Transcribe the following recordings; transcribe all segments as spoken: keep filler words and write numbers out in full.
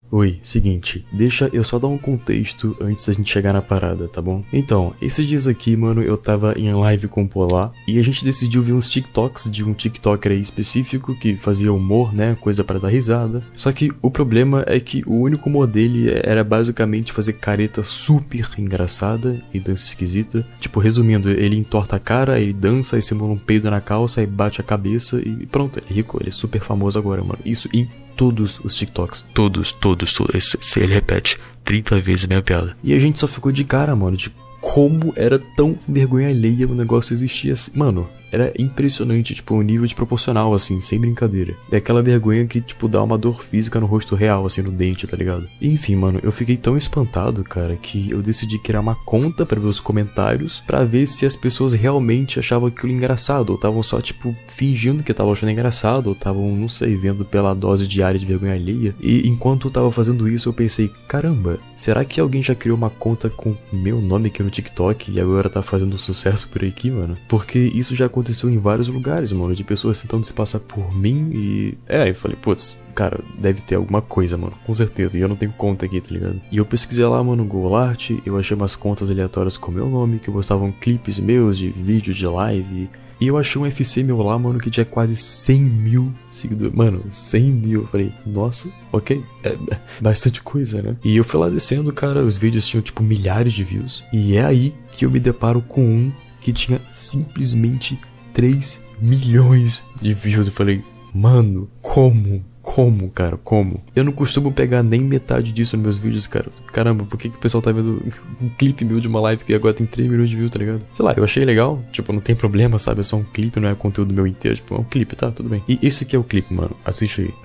Oi, seguinte, deixa eu só dar um contexto antes da gente chegar na parada, tá bom? Então, esses dias aqui, mano, eu tava em live com o Polar e a gente decidiu ver uns TikToks de um TikToker aí específico que fazia humor, né, coisa pra dar risada. Só que o problema é que o único humor dele era basicamente fazer careta super engraçada e dança esquisita. Tipo, resumindo, ele entorta a cara, ele dança, aí simula um peido na calça, aí bate a cabeça e pronto, ele é rico, ele é super famoso agora, mano. Isso em todos os TikToks, todos, todos, todos, se ele repete trinta vezes a minha piada. E a gente só ficou de cara, mano, de como era tão vergonha alheia o negócio existir assim. Mano, era impressionante, tipo, um nível de proporcional, assim, sem brincadeira. É aquela vergonha que, tipo, dá uma dor física no rosto real, assim, no dente, tá ligado? E, enfim, mano, eu fiquei tão espantado, cara, que eu decidi criar uma conta pra ver os comentários, pra ver se as pessoas realmente achavam aquilo engraçado, ou estavam só, tipo, fingindo que estavam achando engraçado, ou estavam, não sei, vendo pela dose diária de vergonha alheia. E enquanto eu tava fazendo isso, eu pensei, caramba, será que alguém já criou uma conta com meu nome aqui no TikTok e agora tá fazendo sucesso por aqui, mano? Porque isso já aconteceu em vários lugares, mano, de pessoas tentando se passar por mim e... É, aí eu falei, putz, cara, deve ter alguma coisa, mano, com certeza, e eu não tenho conta aqui, tá ligado? E eu pesquisei lá, mano, no Google Art, eu achei umas contas aleatórias com meu nome, que postavam clipes meus de vídeo, de live... E eu achei um F C meu lá, mano, que tinha quase cem mil seguidores. Mano, cem mil. Eu falei, nossa, ok. É bastante coisa, né? E eu fui lá descendo, cara, os vídeos tinham, tipo, milhares de views. E é aí que eu me deparo com um que tinha simplesmente três milhões de views. Eu falei, mano, como? Como, cara? Como? Eu não costumo pegar nem metade disso nos meus vídeos, cara. Caramba, por que, que o pessoal tá vendo um clipe meu de uma live que agora tem três milhões de views, tá ligado? Sei lá, eu achei legal. Tipo, não tem problema, sabe? É só um clipe, não é conteúdo meu inteiro. Tipo, é um clipe, tá? Tudo bem. E esse aqui é o clipe, mano. Assiste aí.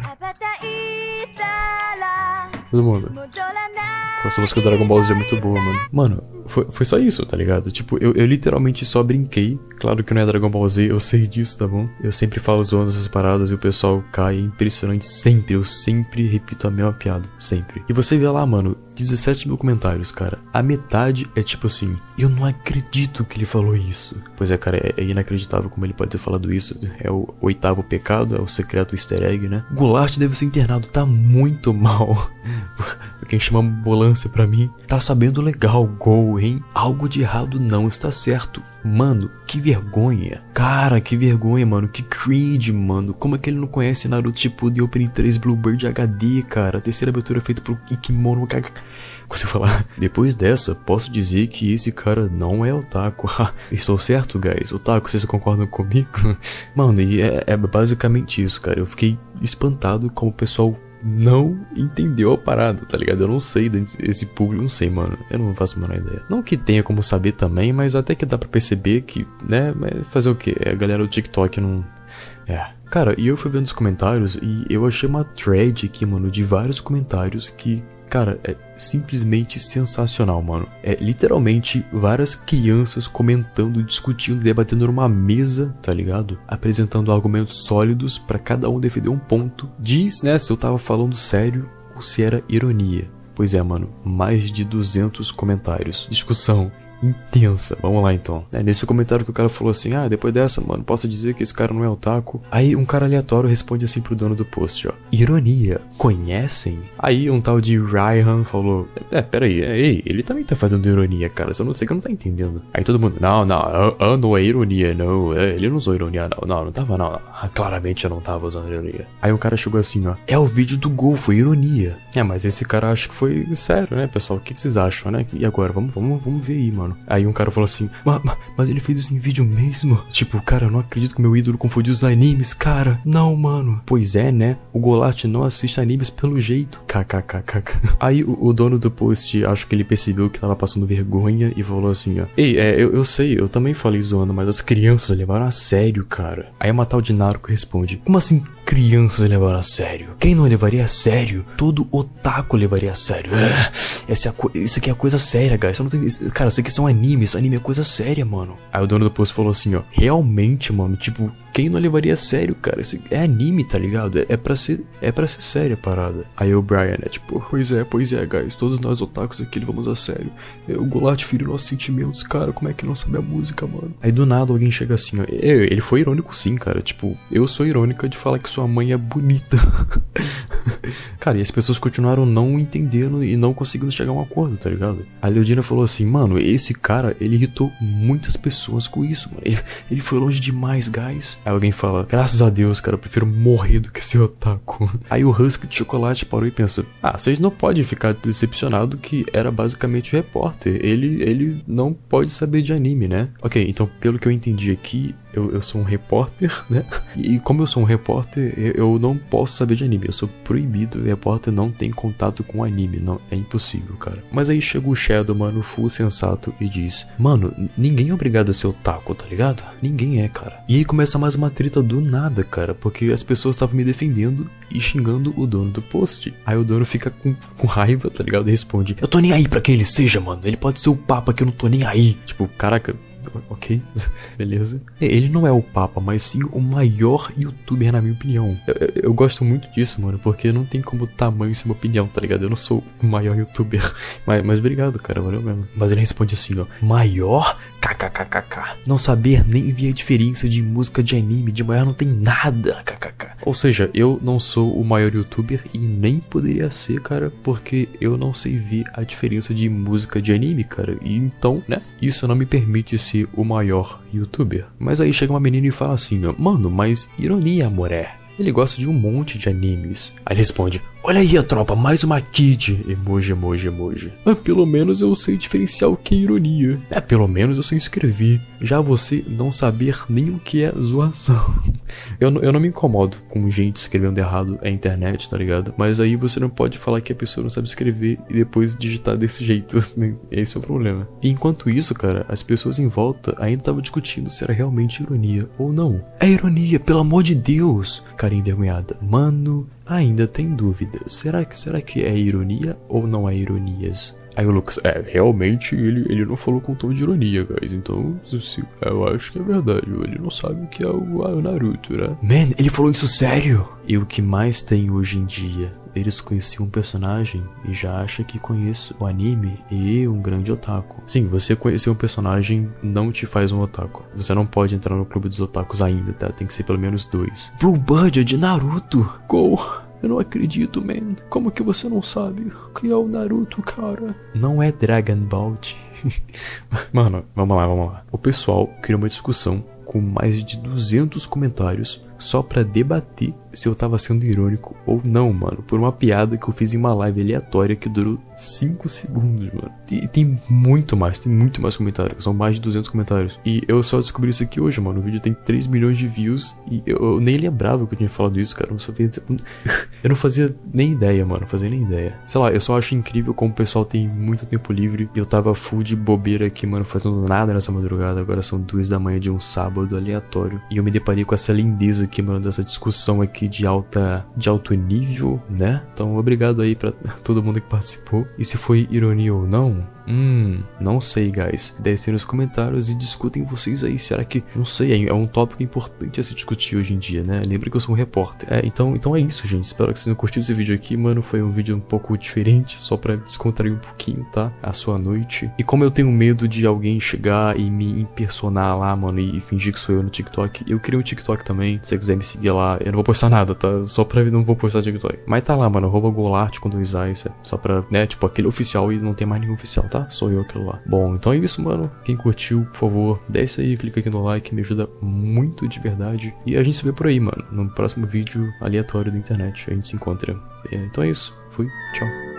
Todo mundo. Essa música do Dragon Ball Z é muito boa, mano. Mano, foi, foi só isso, tá ligado? Tipo, eu, eu literalmente só brinquei. Claro que não é Dragon Ball Z, eu sei disso, tá bom? Eu sempre falo zoando essas paradas e o pessoal cai. É impressionante sempre. Eu sempre repito a mesma piada. Sempre. E você vê lá, mano, dezessete mil comentários, cara. A metade é tipo assim, eu não acredito que ele falou isso. Pois é, cara, é, é inacreditável como ele pode ter falado isso. É o oitavo pecado, é o secreto easter egg, né? Goulart deve ser internado, tá muito mal. Quem chama ambulância pra mim tá sabendo legal, gol, hein? Algo de errado não está certo. Mano, que vergonha. Cara, que vergonha, mano. Que cringe, mano. Como é que ele não conhece Naruto Shippuden Opening três Bluebird H D, cara? A terceira abertura feita por Ikimono Gaga. Consigo falar? Depois dessa, posso dizer que esse cara não é otaku. Estou certo, guys? Otaku, vocês concordam comigo? Mano, e é, é basicamente isso, cara. Eu fiquei espantado como o pessoal não entendeu a parada, tá ligado? Eu não sei esse público, não sei, mano. Eu não faço a menor ideia. Não que tenha como saber também, mas até que dá pra perceber que, né? Mas fazer o quê? A galera do TikTok não... É... Cara, e eu fui vendo os comentários e eu achei uma thread aqui, mano, de vários comentários que... Cara, é simplesmente sensacional, mano. É literalmente várias crianças comentando, discutindo, debatendo numa mesa, tá ligado? Apresentando argumentos sólidos pra cada um defender um ponto. Diz, né, se eu tava falando sério ou se era ironia. Pois é, mano, mais de duzentos comentários. Discussão intensa. Vamos lá, então. É nesse comentário que o cara falou assim, ah, depois dessa, mano, posso dizer que esse cara não é otaku? Aí um cara aleatório responde assim pro dono do post, ó. Ironia. Conhecem? Aí um tal de Ryan falou, é, peraí, é, ei, ele também tá fazendo ironia, cara, só não sei que eu não tá entendendo. Aí todo mundo, não, não, ah, não é ironia, não, é, ele não usou ironia, não, não, não tava, não, ah, claramente eu não tava usando ironia. Aí um cara chegou assim, ó, é o vídeo do gol, foi ironia. É, mas esse cara acha que foi sério, né, pessoal, o que, que vocês acham, né? E agora, vamos, vamos, vamos ver aí, mano. Aí um cara falou assim, mas, mas ele fez isso em vídeo mesmo? Tipo, cara, eu não acredito que meu ídolo confundiu os animes, cara. Não, mano. Pois é, né? O Goulart não assiste animes pelo jeito. Kkkk. Aí o, o dono do post, acho que ele percebeu que tava passando vergonha e falou assim, ó. Ei, é, eu, eu sei, eu também falei zoando, mas as crianças levaram a sério, cara. Aí uma tal de Naruto responde, como assim crianças levaram a sério? Quem não levaria a sério? Todo otaku levaria a sério. Essa é a isso aqui é a coisa séria, guys. Eu não tenho... Cara, isso aqui são animes. Anime é coisa séria, mano. Aí o dono do post falou assim, ó. Realmente, mano, tipo... Quem não levaria a sério, cara? Isso é anime, tá ligado? É, é pra ser é pra ser séria a parada. Aí o Brian é tipo, pois é, pois é, guys. Todos nós otakus aqui levamos a sério. O Goulart feriu nossos sentimentos, cara. Como é que ele não sabe a música, mano? Aí do nada alguém chega assim, ó. Ele foi irônico sim, cara. Tipo, eu sou irônica de falar que sua mãe é bonita. Cara, e as pessoas continuaram não entendendo e não conseguindo chegar a um acordo, tá ligado? A Leodina falou assim, mano, esse cara, ele irritou muitas pessoas com isso, mano. Ele, ele foi longe demais, guys. Aí alguém fala, graças a Deus, cara, eu prefiro morrer do que ser otaku. Aí o Husky de Chocolate parou e pensa, ah, vocês não podem ficar decepcionado que era basicamente o repórter. Ele, ele não pode saber de anime, né? Ok, então pelo que eu entendi aqui, eu, eu sou um repórter, né? E como eu sou um repórter, eu, eu não posso saber de anime. Eu sou proibido, o repórter não tem contato com anime, não, é impossível, cara. Mas aí chega o Shadow, mano, full sensato e diz, mano, ninguém é obrigado a ser otaku, tá ligado? Ninguém é, cara. E aí começa mais uma treta do nada, cara, porque as pessoas estavam me defendendo e xingando o dono do post. Aí o dono fica com, com raiva, tá ligado? E responde, eu tô nem aí pra quem ele seja, mano. Ele pode ser o papa que eu não tô nem aí. Tipo, caraca... Ok, beleza. Ele não é o Papa, mas sim o maior youtuber, na minha opinião. Eu, eu, eu gosto muito disso, mano, porque não tem como tamanho ser uma opinião, tá ligado? Eu não sou o maior youtuber. Mas, mas obrigado, cara, valeu mesmo. Mas ele responde assim, ó. Maior? Kkkk. Não saber nem ver a diferença de música de anime. De maior não tem nada. Kkk. Ou seja, eu não sou o maior youtuber e nem poderia ser, cara, porque eu não sei ver a diferença de música de anime, cara. E então, né, isso não me permite ser o maior youtuber. Mas aí chega uma menina e fala assim, ó, mano, mas ironia, amoré. Ele gosta de um monte de animes. Aí ele responde, olha aí a tropa, mais uma kid. Emoji, emoji, emoji. Ah, pelo menos eu sei diferenciar o que é ironia. É, pelo menos eu sei escrever. Já você não saber nem o que é zoação. Eu, eu não me incomodo com gente escrevendo errado na internet, tá ligado? Mas aí você não pode falar que a pessoa não sabe escrever e depois digitar desse jeito. Esse é o problema. E enquanto isso, cara, as pessoas em volta ainda estavam discutindo se era realmente ironia ou não. É ironia, pelo amor de Deus. Cara envergonhada. Mano, ainda tem dúvida. Será que, será que é ironia ou não é ironias? Aí o Lucas, é, realmente ele, ele não falou com tom de ironia, guys. Então, se, eu acho que é verdade. Ele não sabe o que é o, o Naruto, né? Man, ele falou isso sério? E o que mais tem hoje em dia? Eles conheciam um personagem e já acha que conhece o anime e um grande otaku. Sim, você conhecer um personagem não te faz um otaku. Você não pode entrar no clube dos otakus ainda, tá? Tem que ser pelo menos dois. Bluebird é de Naruto. Go! Eu não acredito, man. Como que você não sabe o que é o Naruto, cara? Não é Dragon Ball. Mano, vamos lá, vamos lá. O pessoal criou uma discussão com mais de duzentos comentários só pra debater se eu tava sendo irônico ou não, mano. Por uma piada que eu fiz em uma live aleatória que durou cinco segundos, mano. E tem muito mais, tem muito mais comentários. São mais de duzentos comentários. E eu só descobri isso aqui hoje, mano. O vídeo tem três milhões de views e eu, eu nem lembrava que eu tinha falado isso, cara. Eu, só fiz... eu não fazia nem ideia, mano. Não fazia nem ideia. Sei lá, eu só acho incrível como o pessoal tem muito tempo livre. E eu tava full de bobeira aqui, mano, fazendo nada nessa madrugada. Agora são duas da manhã de um sábado aleatório. E eu me deparei com essa lindeza aqui, mano, dessa discussão aqui de alta, de alto nível, né? Então, obrigado aí pra todo mundo que participou. E se foi ironia ou não, hum, não sei, guys. Deixem nos comentários e discutem vocês aí. Será que, não sei, é um tópico importante a se discutir hoje em dia, né? Lembra que eu sou um repórter. É, então, então é isso, gente. Espero que vocês tenham curtido esse vídeo aqui, mano. Foi um vídeo um pouco diferente, só pra descontrair um pouquinho, tá? A sua noite. E como eu tenho medo de alguém chegar e me impersonar lá, mano, e fingir que sou eu no TikTok, eu criei um TikTok também. Se você quiser me seguir lá, eu não vou postar nada, tá? Só pra não vou postar TikTok. Mas tá lá, mano, arroba Golart com dois A, isso é só pra, né, tipo, aquele oficial e não tem mais nenhum oficial, tá? Sou eu aquilo lá. Bom, então é isso, mano. Quem curtiu, por favor, desce aí, clica aqui no like, me ajuda muito de verdade. E a gente se vê por aí, mano, no próximo vídeo aleatório da internet. A gente se encontra. Então é isso. Fui. Tchau.